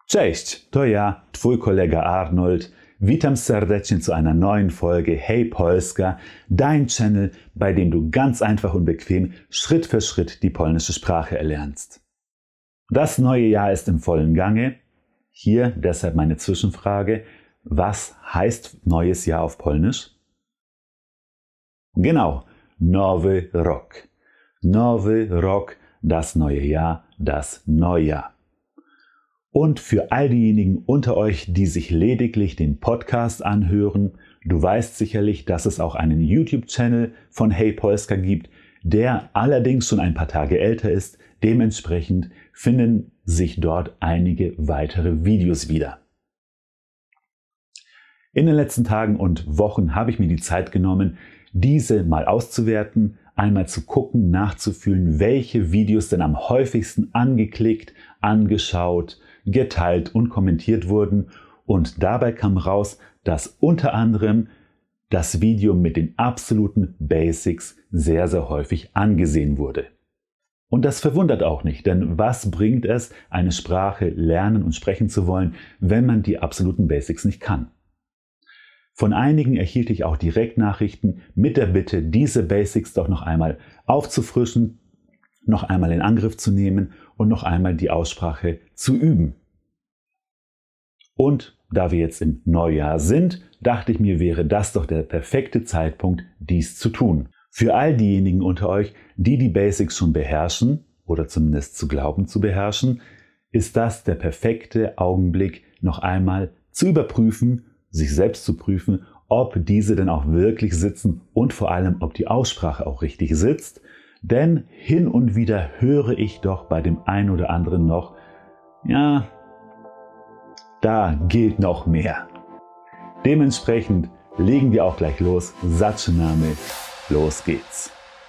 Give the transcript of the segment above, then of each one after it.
Cześć, to ja, twój kolega Arnold. Witam serdecznie zu einer neuen Folge Hey Polska, dein Channel, bei dem du ganz einfach und bequem Schritt für Schritt die polnische Sprache erlernst. Das neue Jahr ist im vollen Gange. Hier deshalb meine Zwischenfrage: Was heißt neues Jahr auf Polnisch? Genau, Nowy Rok. Nowy Rok, das neue Jahr, das Neujahr. Und für all diejenigen unter euch, die sich lediglich den Podcast anhören, du weißt sicherlich, dass es auch einen YouTube-Channel von Hey Polska gibt, der allerdings schon ein paar Tage älter ist. Dementsprechend finden sich dort einige weitere Videos wieder. In den letzten Tagen und Wochen habe ich mir die Zeit genommen, diese mal auszuwerten, einmal zu gucken, nachzufühlen, welche Videos denn am häufigsten angeklickt, angeschaut, geteilt und kommentiert wurden, und dabei kam raus, dass unter anderem das Video mit den absoluten Basics sehr, sehr häufig angesehen wurde. Und das verwundert auch nicht, denn was bringt es, eine Sprache lernen und sprechen zu wollen, wenn man die absoluten Basics nicht kann? Von einigen erhielt ich auch Direktnachrichten mit der Bitte, diese Basics doch noch einmal aufzufrischen, noch einmal in Angriff zu nehmen und noch einmal die Aussprache zu üben. Und da wir jetzt im Neujahr sind, dachte ich mir, wäre das doch der perfekte Zeitpunkt, dies zu tun. Für all diejenigen unter euch, die die Basics schon beherrschen oder zumindest zu glauben zu beherrschen, ist das der perfekte Augenblick, noch einmal zu überprüfen, sich selbst zu prüfen, ob diese denn auch wirklich sitzen und vor allem, ob die Aussprache auch richtig sitzt. Denn hin und wieder höre ich doch bei dem einen oder anderen noch, ja, da gilt noch mehr. Dementsprechend legen wir auch gleich los. Zaczynamy. Los geht's.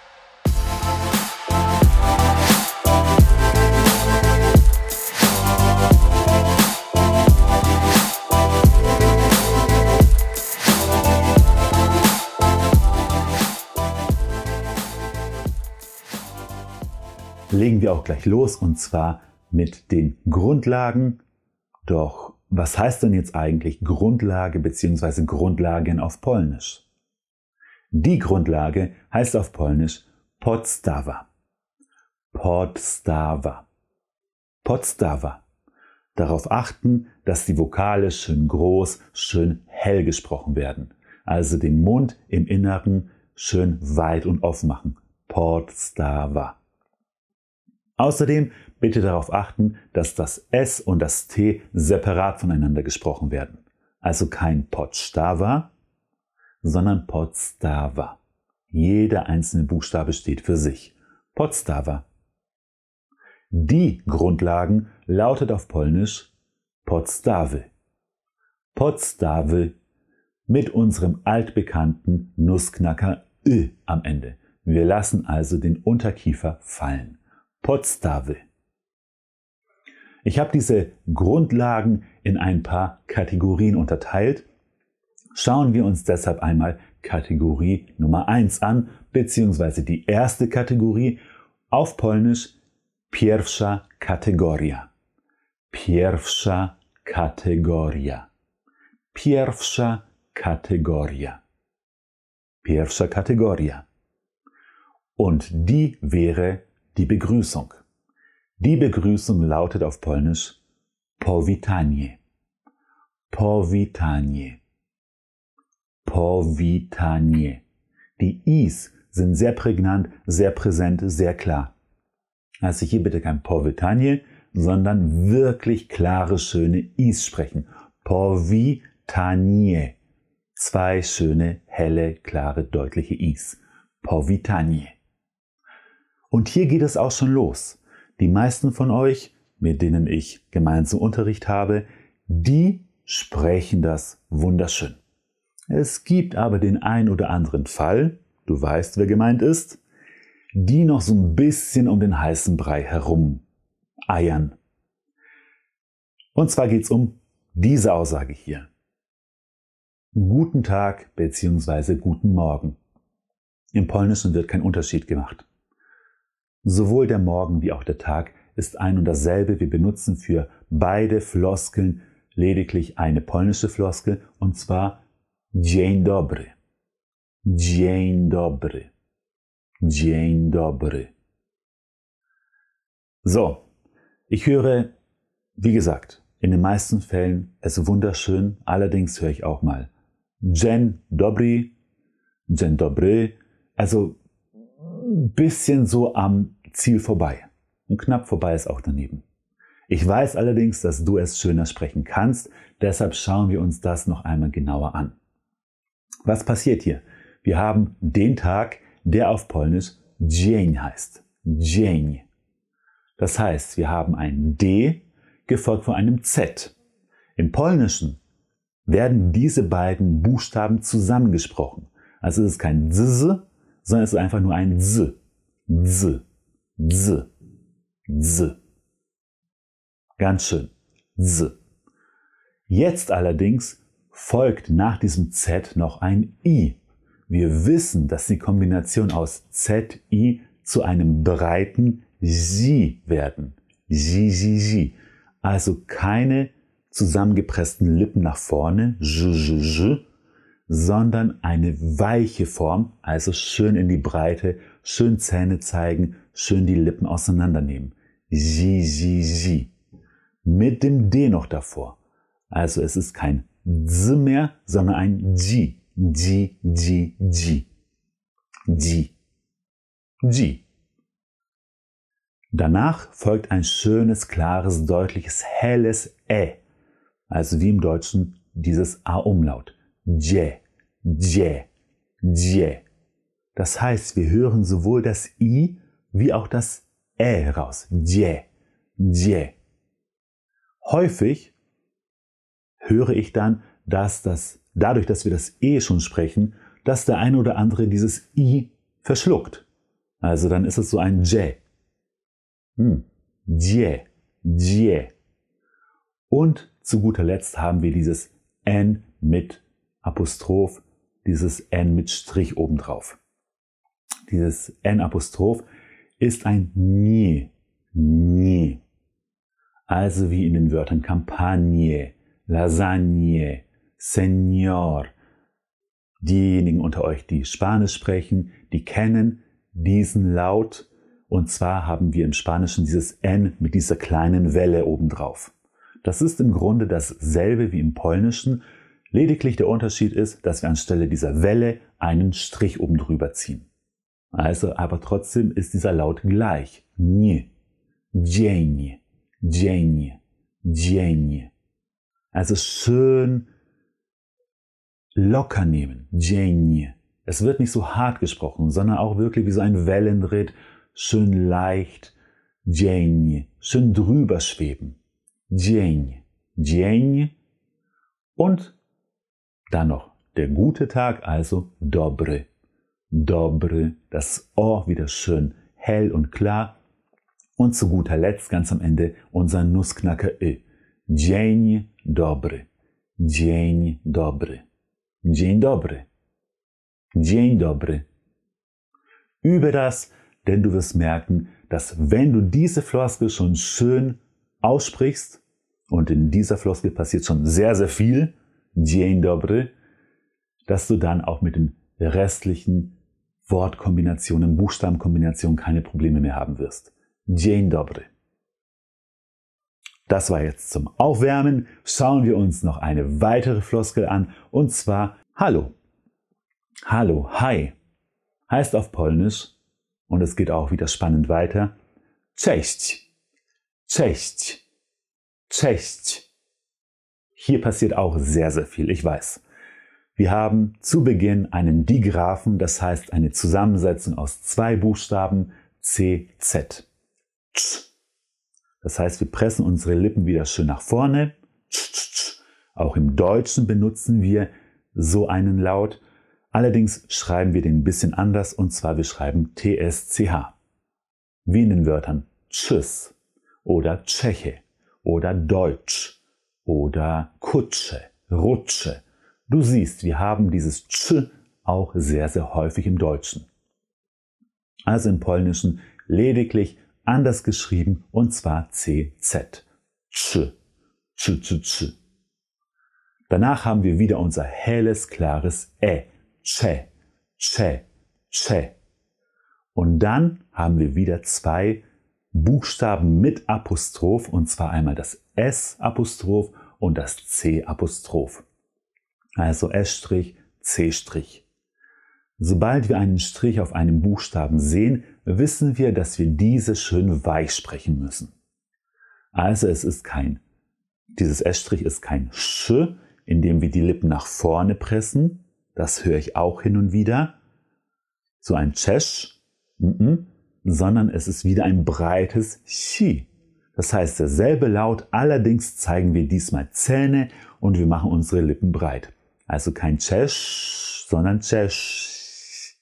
Legen wir auch gleich los, und zwar mit den Grundlagen. Doch was heißt denn jetzt eigentlich Grundlage bzw. Grundlagen auf Polnisch? Die Grundlage heißt auf Polnisch Podstawa. Podstawa. Podstawa. Darauf achten, dass die Vokale schön groß, schön hell gesprochen werden. Also den Mund im Inneren schön weit und offen machen. Podstawa. Außerdem bitte darauf achten, dass das S und das T separat voneinander gesprochen werden. Also kein Podstawa, sondern Podstawa. Jeder einzelne Buchstabe steht für sich. Podstawa. Die Grundlagen lautet auf Polnisch Podstawy. Podstawy mit unserem altbekannten Nussknacker Ü am Ende. Wir lassen also den Unterkiefer fallen. Podstawy. Ich habe diese Grundlagen in ein paar Kategorien unterteilt. Schauen wir uns deshalb einmal Kategorie Nummer 1 an, beziehungsweise die erste Kategorie, auf Polnisch Pierwsza kategoria. Pierwsza kategoria. Pierwsza kategoria. Pierwsza kategoria. Und die wäre die Begrüßung. Die Begrüßung lautet auf Polnisch powitanie. Powitanie. Powitanie. Die I's sind sehr prägnant, sehr präsent, sehr klar. Also hier bitte kein powitanie, sondern wirklich klare, schöne I's sprechen. Powitanie. Zwei schöne, helle, klare, deutliche I's. Powitanie. Und hier geht es auch schon los. Die meisten von euch, mit denen ich gemeinsam Unterricht habe, die sprechen das wunderschön. Es gibt aber den ein oder anderen Fall, du weißt, wer gemeint ist, die noch so ein bisschen um den heißen Brei herum eiern. Und zwar geht es um diese Aussage hier. Guten Tag bzw. guten Morgen. Im Polnischen wird kein Unterschied gemacht. Sowohl der Morgen wie auch der Tag ist ein und dasselbe. Wir benutzen für beide Floskeln lediglich eine polnische Floskel, und zwar Dzień dobry. Dzień dobry. Dzień dobry. So, ich höre, wie gesagt, in den meisten Fällen es wunderschön, allerdings höre ich auch mal Dzień dobry, also ein bisschen so am Ziel vorbei. Und knapp vorbei ist auch daneben. Ich weiß allerdings, dass du es schöner sprechen kannst, deshalb schauen wir uns das noch einmal genauer an. Was passiert hier? Wir haben den Tag, der auf Polnisch dzień heißt. Dzień. Das heißt, wir haben ein D gefolgt von einem Z. Im Polnischen werden diese beiden Buchstaben zusammengesprochen. Also es ist kein Z, sondern es ist einfach nur ein Z. Z. Z. Z. Ganz schön. Z. Jetzt allerdings folgt nach diesem Z noch ein I. Wir wissen, dass die Kombination aus Z, I zu einem breiten Sie werden. Sie. Also keine zusammengepressten Lippen nach vorne, sondern eine weiche Form, also schön in die Breite, schön Zähne zeigen, schön die Lippen auseinandernehmen. Sie. Mit dem D noch davor. Also es ist kein Z mehr, sondern ein G. G. Danach folgt ein schönes, klares, deutliches, helles Ä. Also wie im Deutschen dieses A-Umlaut. Dje. Das heißt, wir hören sowohl das I wie auch das Ä heraus. Dje. Häufig höre ich dann, dass dadurch, dass wir das E schon sprechen, dass der eine oder andere dieses I verschluckt. Also dann ist es so ein Dje. Dje. Und zu guter Letzt haben wir dieses N mit Apostroph, dieses N mit Strich obendrauf. Dieses N-Apostroph ist ein Ni. Also wie in den Wörtern Campagne, Lasagne, Señor. Diejenigen unter euch, die Spanisch sprechen, die kennen diesen Laut. Und zwar haben wir im Spanischen dieses N mit dieser kleinen Welle obendrauf. Das ist im Grunde dasselbe wie im Polnischen. Lediglich der Unterschied ist, dass wir anstelle dieser Welle einen Strich oben drüber ziehen. Also, aber trotzdem ist dieser Laut gleich. Nie. Dzień. Also schön locker nehmen. Dzień. Es wird nicht so hart gesprochen, sondern auch wirklich wie so ein Wellenritt. Schön leicht. Dzień. Schön drüber schweben. Dzień. Und dann noch der gute Tag, also dobry. Das O wieder schön hell und klar. Und zu guter Letzt, ganz am Ende, unser Nussknacker Ö. Dzień dobry. Übe das, denn du wirst merken, dass wenn du diese Floskel schon schön aussprichst, und in dieser Floskel passiert schon sehr, sehr viel, Dzień dobry, dass du dann auch mit den restlichen Wortkombinationen, Buchstabenkombinationen keine Probleme mehr haben wirst. Dzień dobry. Das war jetzt zum Aufwärmen. Schauen wir uns noch eine weitere Floskel an, und zwar Hallo. Hallo, hi. Heißt auf Polnisch, und es geht auch wieder spannend weiter, Cześć. Hier passiert auch sehr, sehr viel, ich weiß. Wir haben zu Beginn einen Digraphen, das heißt eine Zusammensetzung aus zwei Buchstaben C, Z. Das heißt, wir pressen unsere Lippen wieder schön nach vorne. Auch im Deutschen benutzen wir so einen Laut. Allerdings schreiben wir den ein bisschen anders, und zwar wir schreiben TSCH. Wie in den Wörtern Tschüss oder Tscheche oder Deutsch oder Kutsche, Rutsche. Du siehst, wir haben dieses Tsch auch sehr, sehr häufig im Deutschen. Also im Polnischen lediglich anders geschrieben, und zwar CZ. Ch, ch, ch, ch. Danach haben wir wieder unser helles, klares Che, Che, Che. Und dann haben wir wieder zwei Buchstaben mit Apostroph, und zwar einmal das S-Apostroph und das C-Apostroph. Also S', C'. Sobald wir einen Strich auf einem Buchstaben sehen, wissen wir, dass wir diese schön weich sprechen müssen. Also dieses S' ist kein Sch, indem wir die Lippen nach vorne pressen. Das höre ich auch hin und wieder. So ein Tschesch, sondern es ist wieder ein breites Chi. Das heißt, derselbe Laut, allerdings zeigen wir diesmal Zähne und wir machen unsere Lippen breit. Also kein Tschesch, sondern Tschesch.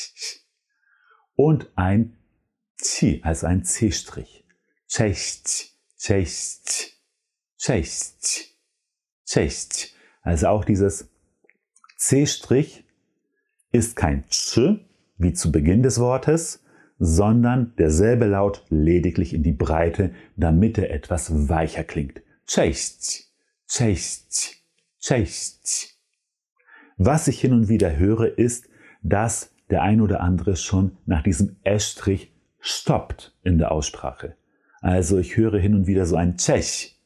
Und ein Chi, also ein C'. Tschecht, tschecht, tschecht, tschecht. Also auch dieses C' ist kein Ch, wie zu Beginn des Wortes, sondern derselbe Laut lediglich in die Breite, damit er etwas weicher klingt. Tschecht, tschecht, tschecht. Was ich hin und wieder höre, ist, dass der ein oder andere schon nach diesem S' stoppt in der Aussprache. Also ich höre hin und wieder so ein Tschech.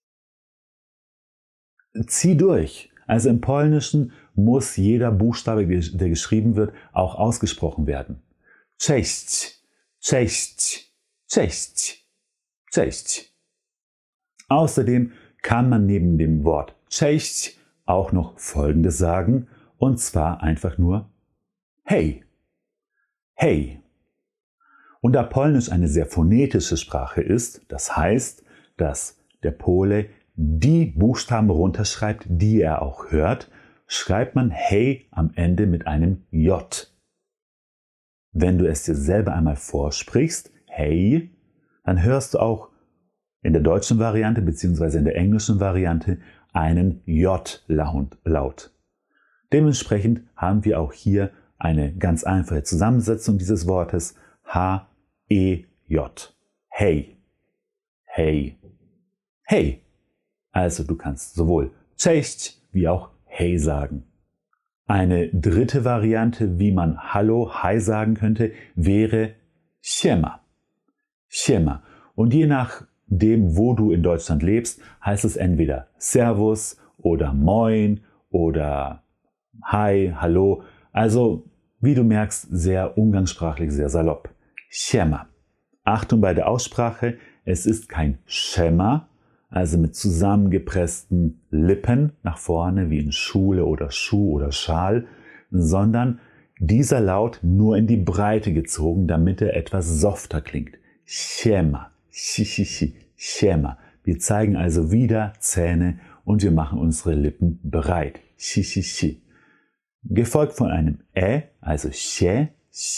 Zieh durch. Also im Polnischen muss jeder Buchstabe, der geschrieben wird, auch ausgesprochen werden. Cześć, cześć, cześć, cześć. Außerdem kann man neben dem Wort cześć auch noch Folgendes sagen, und zwar einfach nur hey, hey. Und da Polnisch eine sehr phonetische Sprache ist, das heißt, dass der Pole die Buchstaben runterschreibt, die er auch hört, schreibt man hey am Ende mit einem J. Wenn du es dir selber einmal vorsprichst, hey, dann hörst du auch in der deutschen Variante bzw. in der englischen Variante einen J-Laut. Dementsprechend haben wir auch hier eine ganz einfache Zusammensetzung dieses Wortes H-E-J. Hey, hey, hey. Also du kannst sowohl cześć wie auch hey sagen. Eine dritte Variante, wie man Hallo, Hi sagen könnte, wäre siema. Siema. Und je nachdem, wo du in Deutschland lebst, heißt es entweder Servus oder Moin oder Hi, Hallo. Also, wie du merkst, sehr umgangssprachlich, sehr salopp. Siema. Achtung bei der Aussprache, es ist kein Schema, also mit zusammengepressten Lippen nach vorne wie in Schule oder Schuh oder Schal, sondern dieser Laut nur in die Breite gezogen, damit er etwas softer klingt. Siema, siema. Wir zeigen also wieder Zähne und wir machen unsere Lippen breit. Gefolgt von einem also sie.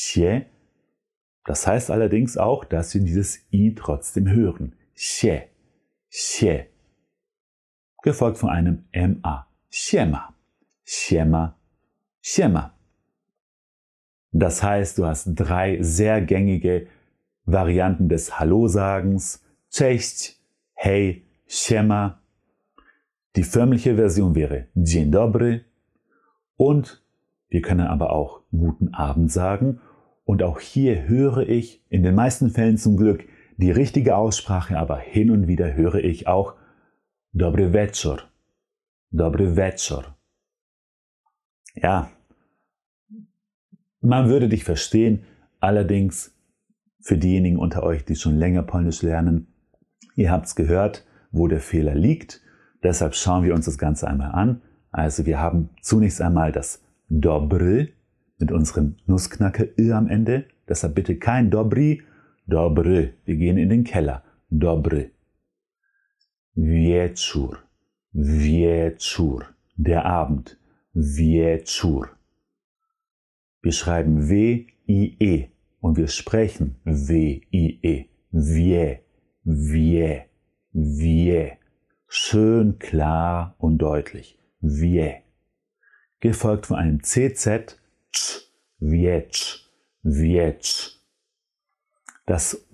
Das heißt allerdings auch, dass wir dieses I trotzdem hören. Sie. Sie. Gefolgt von einem MA. Siema, siema, siema. Das heißt, du hast drei sehr gängige Varianten des Hallo-Sagens. Cześć, hey, siema. Die förmliche Version wäre Dzień dobry. Und wir können aber auch guten Abend sagen. Und auch hier höre ich in den meisten Fällen zum Glück die richtige Aussprache, aber hin und wieder höre ich auch Dobry wieczór. Dobry wieczór. Ja, man würde dich verstehen, allerdings für diejenigen unter euch, die schon länger Polnisch lernen, ihr habt's gehört, wo der Fehler liegt. Deshalb schauen wir uns das Ganze einmal an. Also wir haben zunächst einmal das Dobry mit unserem Nussknacker Ö am Ende. Deshalb bitte kein Dobry, Dobry. Wir gehen in den Keller. Dobry. Wieczór. Wieczór. Der Abend. Wieczór. Wir schreiben W-I-E und wir sprechen W-I-E. Wie. Wie. Wie. Schön klar und deutlich. Wie. Gefolgt von einem CZ. Wiecz. Wiecz. Das O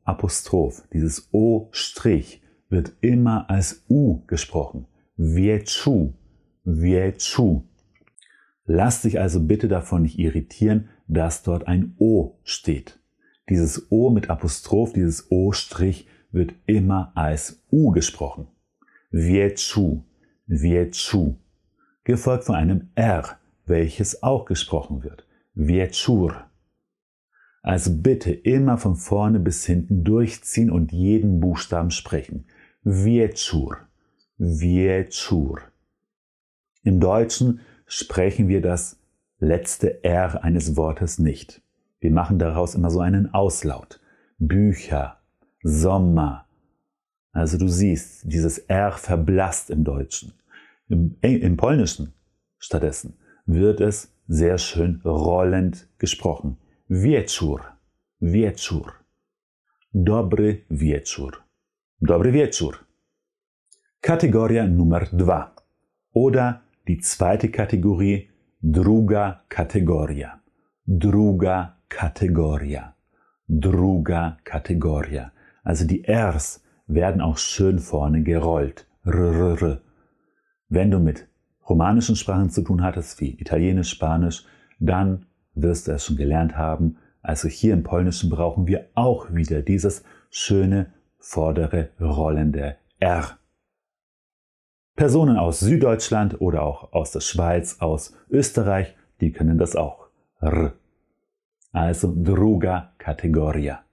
O-Apostroph, dieses O-Strich wird immer als U gesprochen. Wieczu, wieczu. Lass dich also bitte davon nicht irritieren, dass dort ein O steht. Dieses O mit Apostroph, dieses O-Strich wird immer als U gesprochen. Wieczu, wieczu. Gefolgt von einem R, welches auch gesprochen wird. Wieczór. Also bitte immer von vorne bis hinten durchziehen und jeden Buchstaben sprechen. Wieczór, wieczór. Im Deutschen sprechen wir das letzte R eines Wortes nicht. Wir machen daraus immer so einen Auslaut. Bücher, Sommer. Also du siehst, dieses R verblasst im Deutschen. Im Polnischen stattdessen wird es sehr schön rollend gesprochen. Wieczór, wieczór. Dobry wieczór. Dobry wieczór. Kategoria Nummer 2. Oder die zweite Kategorie, druga kategoria. Druga kategoria. Druga kategoria. Also die Rs werden auch schön vorne gerollt. R. Wenn du mit romanischen Sprachen zu tun hattest, wie Italienisch, Spanisch, dann wirst du es schon gelernt haben. Also hier im Polnischen brauchen wir auch wieder dieses schöne vordere rollende R. Personen aus Süddeutschland oder auch aus der Schweiz, aus Österreich, die können das auch. R. Also druga kategoria.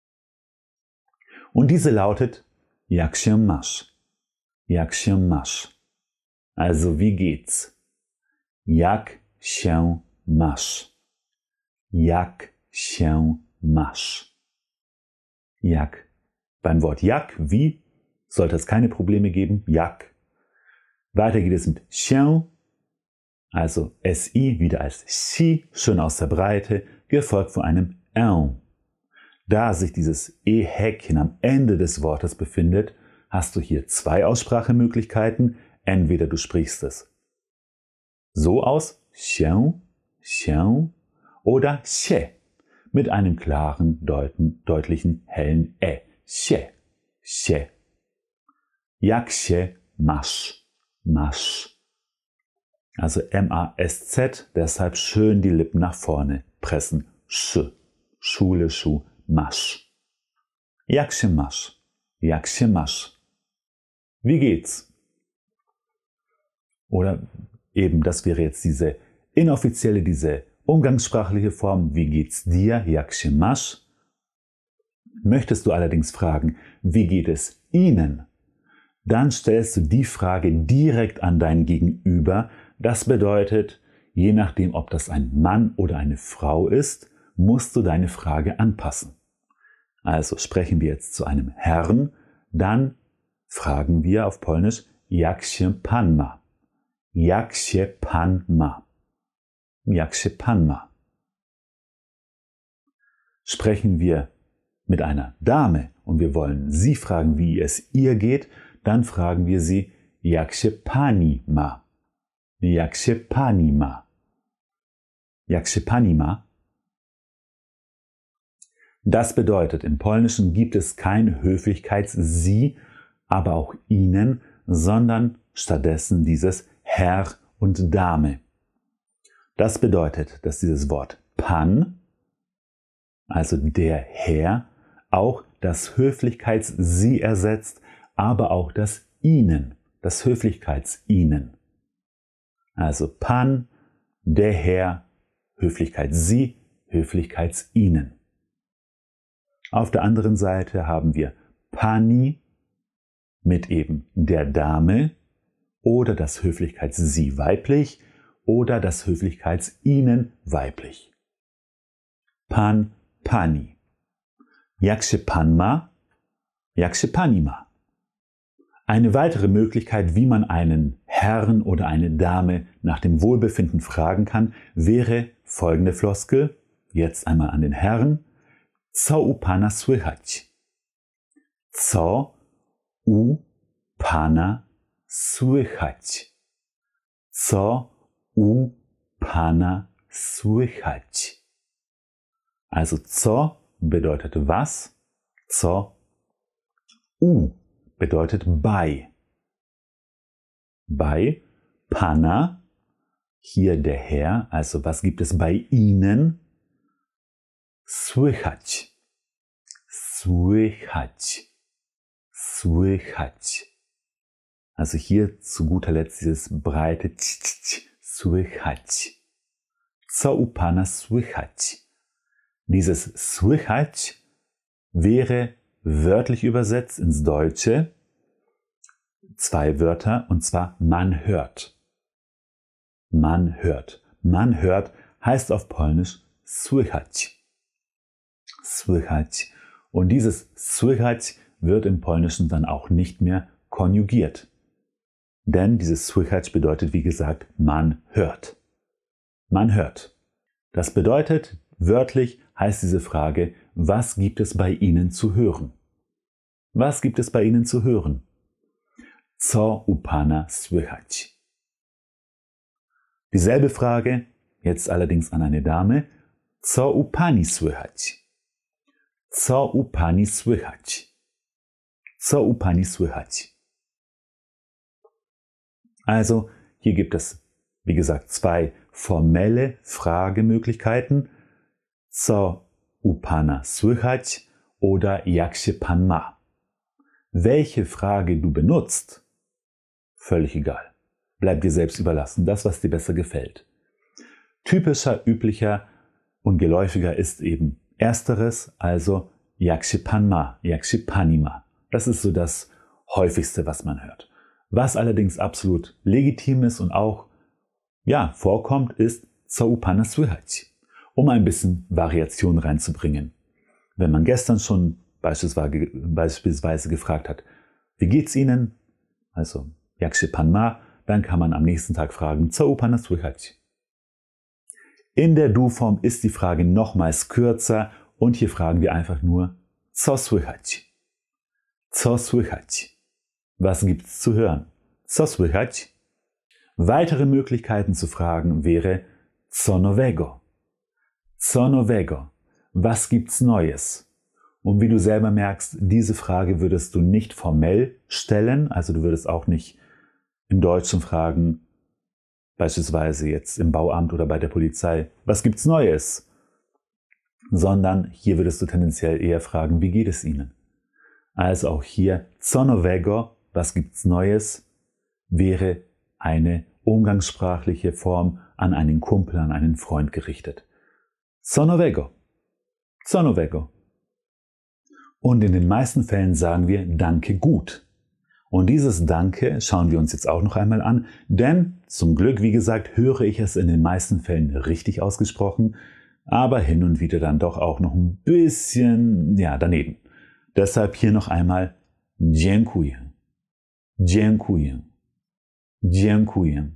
Und diese lautet jak się masz. Jak się masz. Also wie geht's? Jak się masz. Jak się masz. Jak. Beim Wort jak, wie, sollte es keine Probleme geben. Jak. Weiter geht es mit się, also SI wieder als si, schön aus der Breite, gefolgt von einem ę. Da sich dieses E-Häkchen am Ende des Wortes befindet, hast du hier zwei Aussprachemöglichkeiten. Entweder du sprichst es so aus, się, się, oder się, mit einem klaren, deutlichen, hellen Ä. Się, się. Jak się masz, masz. Also M-A-S-Z, deshalb schön die Lippen nach vorne pressen. Sz, Schule, Schuh, masz. Jak się masz, jak się masz. Wie geht's? Oder eben, das wäre jetzt diese inoffizielle, diese umgangssprachliche Form, wie geht's dir, jak się masz? Möchtest du allerdings fragen, wie geht es Ihnen? Dann stellst du die Frage direkt an dein Gegenüber. Das bedeutet, je nachdem, ob das ein Mann oder eine Frau ist, musst du deine Frage anpassen. Also sprechen wir jetzt zu einem Herrn, dann fragen wir auf Polnisch, jak się pan ma? Jak się pan ma? Jak się pan ma? Sprechen wir mit einer Dame und wir wollen sie fragen, wie es ihr geht, dann fragen wir sie, jak się pani ma? Jak się pani ma? Jak się pani ma? Das bedeutet, im Polnischen gibt es kein Höflichkeits-Sie, aber auch Ihnen, sondern stattdessen dieses Herr und Dame. Das bedeutet, dass dieses Wort Pan, also der Herr, auch das Höflichkeits-Sie ersetzt, aber auch das Ihnen, das Höflichkeits-Ihnen. Also Pan, der Herr, Höflichkeits-Sie, Höflichkeits-Ihnen. Auf der anderen Seite haben wir Pani mit eben der Dame oder das Höflichkeits-Sie weiblich oder das Höflichkeits-Ihnen weiblich. Pan, pani. Jak się pan ma? Jak się pani ma? Eine weitere Möglichkeit, wie man einen Herrn oder eine Dame nach dem Wohlbefinden fragen kann, wäre folgende Floskel. Jetzt einmal an den Herrn. Co u pana słychać? Co u pana słychać? Co u pana słychać? Also co bedeutet was, Co. U bedeutet bei. Bei Pana, hier der Herr, also was gibt es bei Ihnen? Słychać. Słychać. Słychać. Also hier zu guter Letzt dieses breite Słychać. Co u Pana słychać? Dieses słychać wäre wörtlich übersetzt ins Deutsche zwei Wörter, und zwar man hört. Man hört. Man hört heißt auf Polnisch słychać. Słychać. Und dieses słychać wird im Polnischen dann auch nicht mehr konjugiert. Denn dieses słychać bedeutet, wie gesagt, man hört. Man hört. Das bedeutet, wörtlich heißt diese Frage, was gibt es bei Ihnen zu hören? Was gibt es bei Ihnen zu hören? Co u Pana słychać? Dieselbe Frage, jetzt allerdings an eine Dame. Co u Pani słychać? Co u Pani słychać? Co u Pani słychać? Also, hier gibt es, wie gesagt, zwei formelle Fragemöglichkeiten. Co u Pana słychać oder jak się Pan ma? Welche Frage du benutzt, völlig egal. Bleibt dir selbst überlassen, das, was dir besser gefällt. Typischer, üblicher und geläufiger ist eben ersteres, also jak się Pan ma, jak się Pani ma. Das ist so das häufigste, was man hört. Was allerdings absolut legitim ist und auch vorkommt, ist co u Pana słychać, um ein bisschen Variation reinzubringen. Wenn man gestern schon beispielsweise gefragt hat, wie geht's Ihnen? Also jak się Pan ma, dann kann man am nächsten Tag fragen, co u Pana słychać? In der Du-Form ist die Frage nochmals kürzer und hier fragen wir einfach nur co słychać? Co słychać? Was gibt's zu hören? Co słychać? Weitere Möglichkeiten zu fragen wäre co nowego? Co nowego? Was gibt's Neues? Und wie du selber merkst, diese Frage würdest du nicht formell stellen, also du würdest auch nicht im Deutschen fragen, beispielsweise jetzt im Bauamt oder bei der Polizei, was gibt's Neues? Sondern hier würdest du tendenziell eher fragen, wie geht es Ihnen? Also auch hier, co nowego, was gibt's Neues, wäre eine umgangssprachliche Form an einen Kumpel, an einen Freund gerichtet. Co nowego? Co nowego? Und in den meisten Fällen sagen wir Danke gut. Und dieses Danke schauen wir uns jetzt auch noch einmal an, denn zum Glück, wie gesagt, höre ich es in den meisten Fällen richtig ausgesprochen, aber hin und wieder dann doch auch noch ein bisschen, daneben. Deshalb hier noch einmal Dziękuję. Dziękuję. Dziękuję.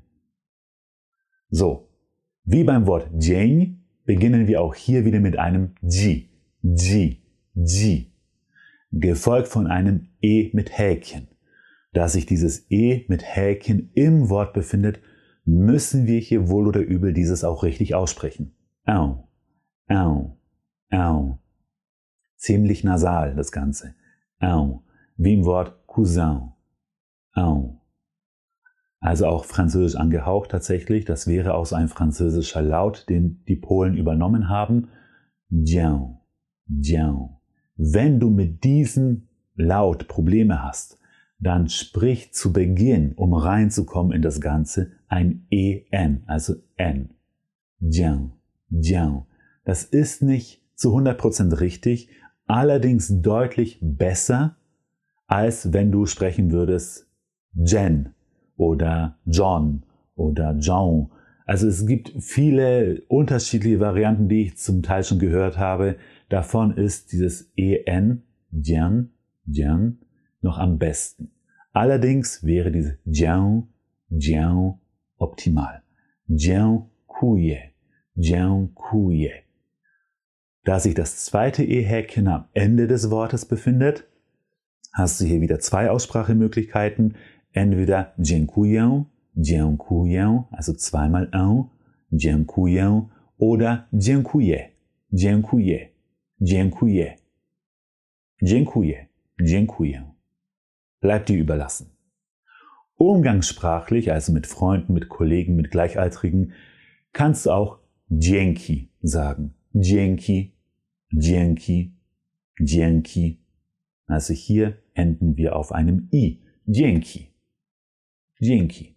So, wie beim Wort dzień beginnen wir auch hier wieder mit einem Dzi. Dzi. Dzi. Gefolgt von einem E mit Häkchen. Da sich dieses E mit Häkchen im Wort befindet, müssen wir hier wohl oder übel dieses auch richtig aussprechen. Au, au, au. Ziemlich nasal das Ganze. Au. Wie im Wort Cousin. Au. Also auch französisch angehaucht tatsächlich. Das wäre auch so ein französischer Laut, den die Polen übernommen haben. Dzień. Dzień. Wenn du mit diesem Laut Probleme hast, dann sprich zu Beginn, um reinzukommen in das Ganze, ein EN, also N. Dzień. Dzień. Das ist nicht zu 100% richtig, allerdings deutlich besser, als wenn du sprechen würdest Jen oder John oder John. Also es gibt viele unterschiedliche Varianten, die ich zum Teil schon gehört habe. Davon ist dieses EN, Dzień, Dzień, noch am besten. Allerdings wäre dieses Dzień, Dzień optimal. Dziękuję, dziękuję. Da sich das zweite E-Häkchen am Ende des Wortes befindet, hast du hier wieder zwei Aussprachemöglichkeiten. Entweder dziękuję, dziękuję, also zweimal N, dziękuję, oder dziękuję, dziękuję, dziękuję. Dziękuję, dziękuję. Bleibt dir überlassen. Umgangssprachlich, also mit Freunden, mit Kollegen, mit Gleichaltrigen, kannst du auch dzięki sagen. Dzięki, dzięki, dzięki. Also hier enden wir auf einem I. Dzięki, dzięki.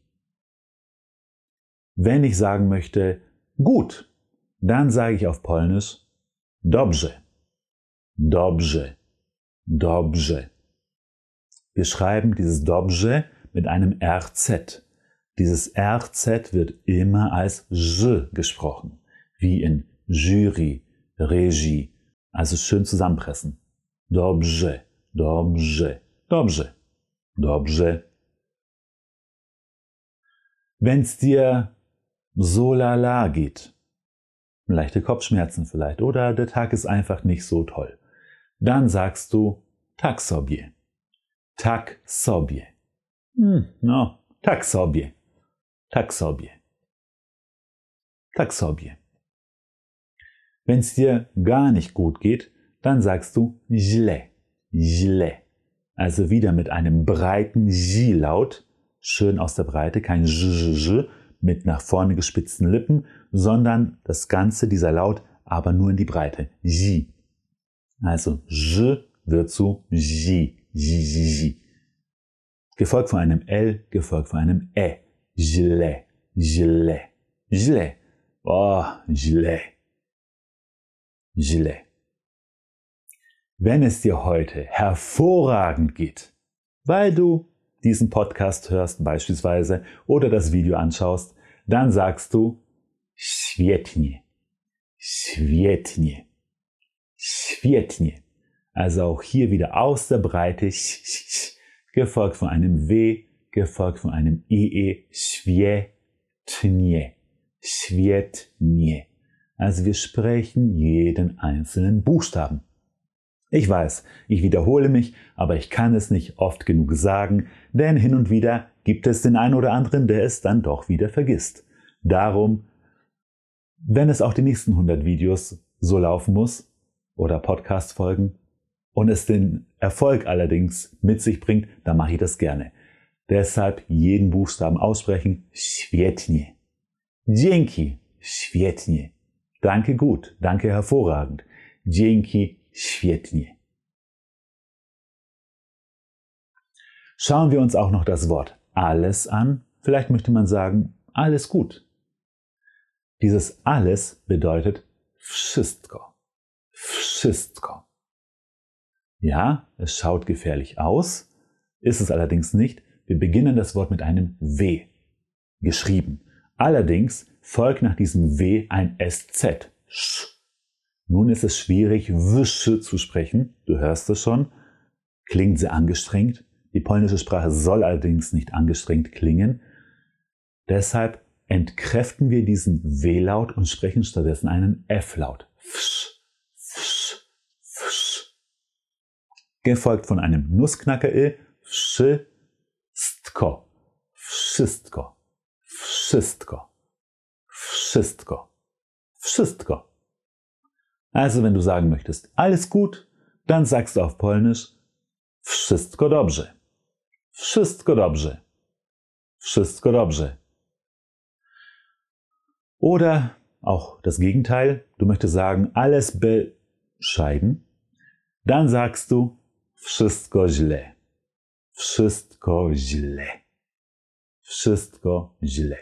Wenn ich sagen möchte, gut, dann sage ich auf Polnisch dobrze, dobrze, dobrze. Wir schreiben dieses dobrze mit einem RZ. Dieses RZ wird immer als Ż gesprochen, wie in Jury, Regie. Also schön zusammenpressen. Dobrze, dobrze, dobrze, dobrze. Wenn's dir so lala geht, leichte Kopfschmerzen vielleicht oder der Tag ist einfach nicht so toll, dann sagst du tak sobie. Tak sobie. No, tak sobie. Tak sobie. Tak sobie. Wenn es dir gar nicht gut geht, dann sagst du źle. Źle. Also wieder mit einem breiten J-Laut, schön aus der Breite, kein J mit nach vorne gespitzten Lippen, sondern das Ganze, dieser Laut, aber nur in die Breite. J. Also J wird zu J. J. Gefolgt von einem L, gefolgt von einem Ä. Źle, źle, źle. Oh, źle. Źle. Wenn es dir heute hervorragend geht, weil du diesen Podcast hörst beispielsweise oder das Video anschaust, dann sagst du świetnie, świetnie, świetnie. Also auch hier wieder aus der Breite, gefolgt von einem W, gefolgt von einem IE, świetnie, świetnie. Also wir sprechen jeden einzelnen Buchstaben. Ich weiß, ich wiederhole mich, aber ich kann es nicht oft genug sagen, denn hin und wieder gibt es den einen oder anderen, der es dann doch wieder vergisst. Darum, wenn es auch die nächsten 100 Videos so laufen muss oder Podcast-Folgen und es den Erfolg allerdings mit sich bringt, dann mache ich das gerne. Deshalb jeden Buchstaben aussprechen. Świetnie. Dzięki. Świetnie. Danke gut. Danke hervorragend. Dzięki. Świetnie. Schauen wir uns auch noch das Wort alles an. Vielleicht möchte man sagen, alles gut. Dieses alles bedeutet wszystko. Wszystko. Ja, es schaut gefährlich aus, ist es allerdings nicht. Wir beginnen das Wort mit einem W, geschrieben. Allerdings folgt nach diesem W ein SZ. Sch. Nun ist es schwierig, Wysche zu sprechen. Du hörst es schon. Klingt sehr angestrengt. Die polnische Sprache soll allerdings nicht angestrengt klingen. Deshalb entkräften wir diesen W-Laut und sprechen stattdessen einen F-Laut. Fsch, fsch, fsch. Gefolgt von einem Nussknacker-I. Wszystko, wszystko, wszystko, wszystko, wszystko. Also wenn du sagen möchtest, alles gut, dann sagst du auf Polnisch wszystko dobrze. Wszystko dobrze. Wszystko dobrze. Oder auch das Gegenteil, du möchtest sagen, alles bescheiden, dann sagst du wszystko źle. Wszystko źle. Wszystko źle.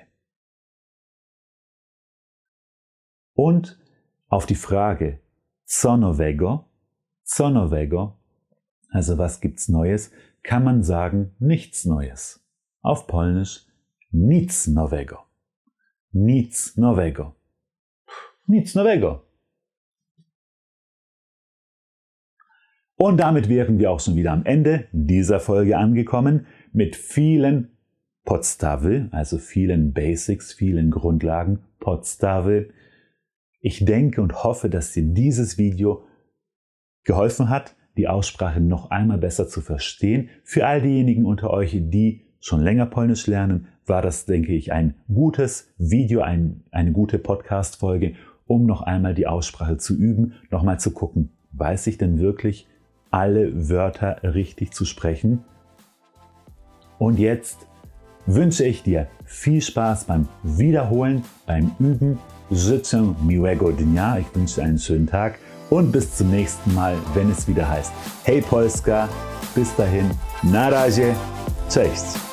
Und auf die Frage, co nowego, also was gibt's Neues, kann man sagen, nichts Neues. Auf Polnisch, nic nowego. Nic nowego. Nic nowego. Und damit wären wir auch schon wieder am Ende dieser Folge angekommen mit vielen Podstawy, also vielen Basics, vielen Grundlagen, Podstawy. Ich denke und hoffe, dass dir dieses Video geholfen hat, die Aussprache noch einmal besser zu verstehen. Für all diejenigen unter euch, die schon länger Polnisch lernen, war das, denke ich, ein gutes Video, eine gute Podcast-Folge, um noch einmal die Aussprache zu üben, nochmal zu gucken, weiß ich denn wirklich, alle Wörter richtig zu sprechen. Und jetzt wünsche ich dir viel Spaß beim Wiederholen, beim Üben. Życzę miłego dnia. Ich wünsche dir einen schönen Tag und bis zum nächsten Mal, wenn es wieder heißt Hey Polska. Bis dahin, na razie, cześć.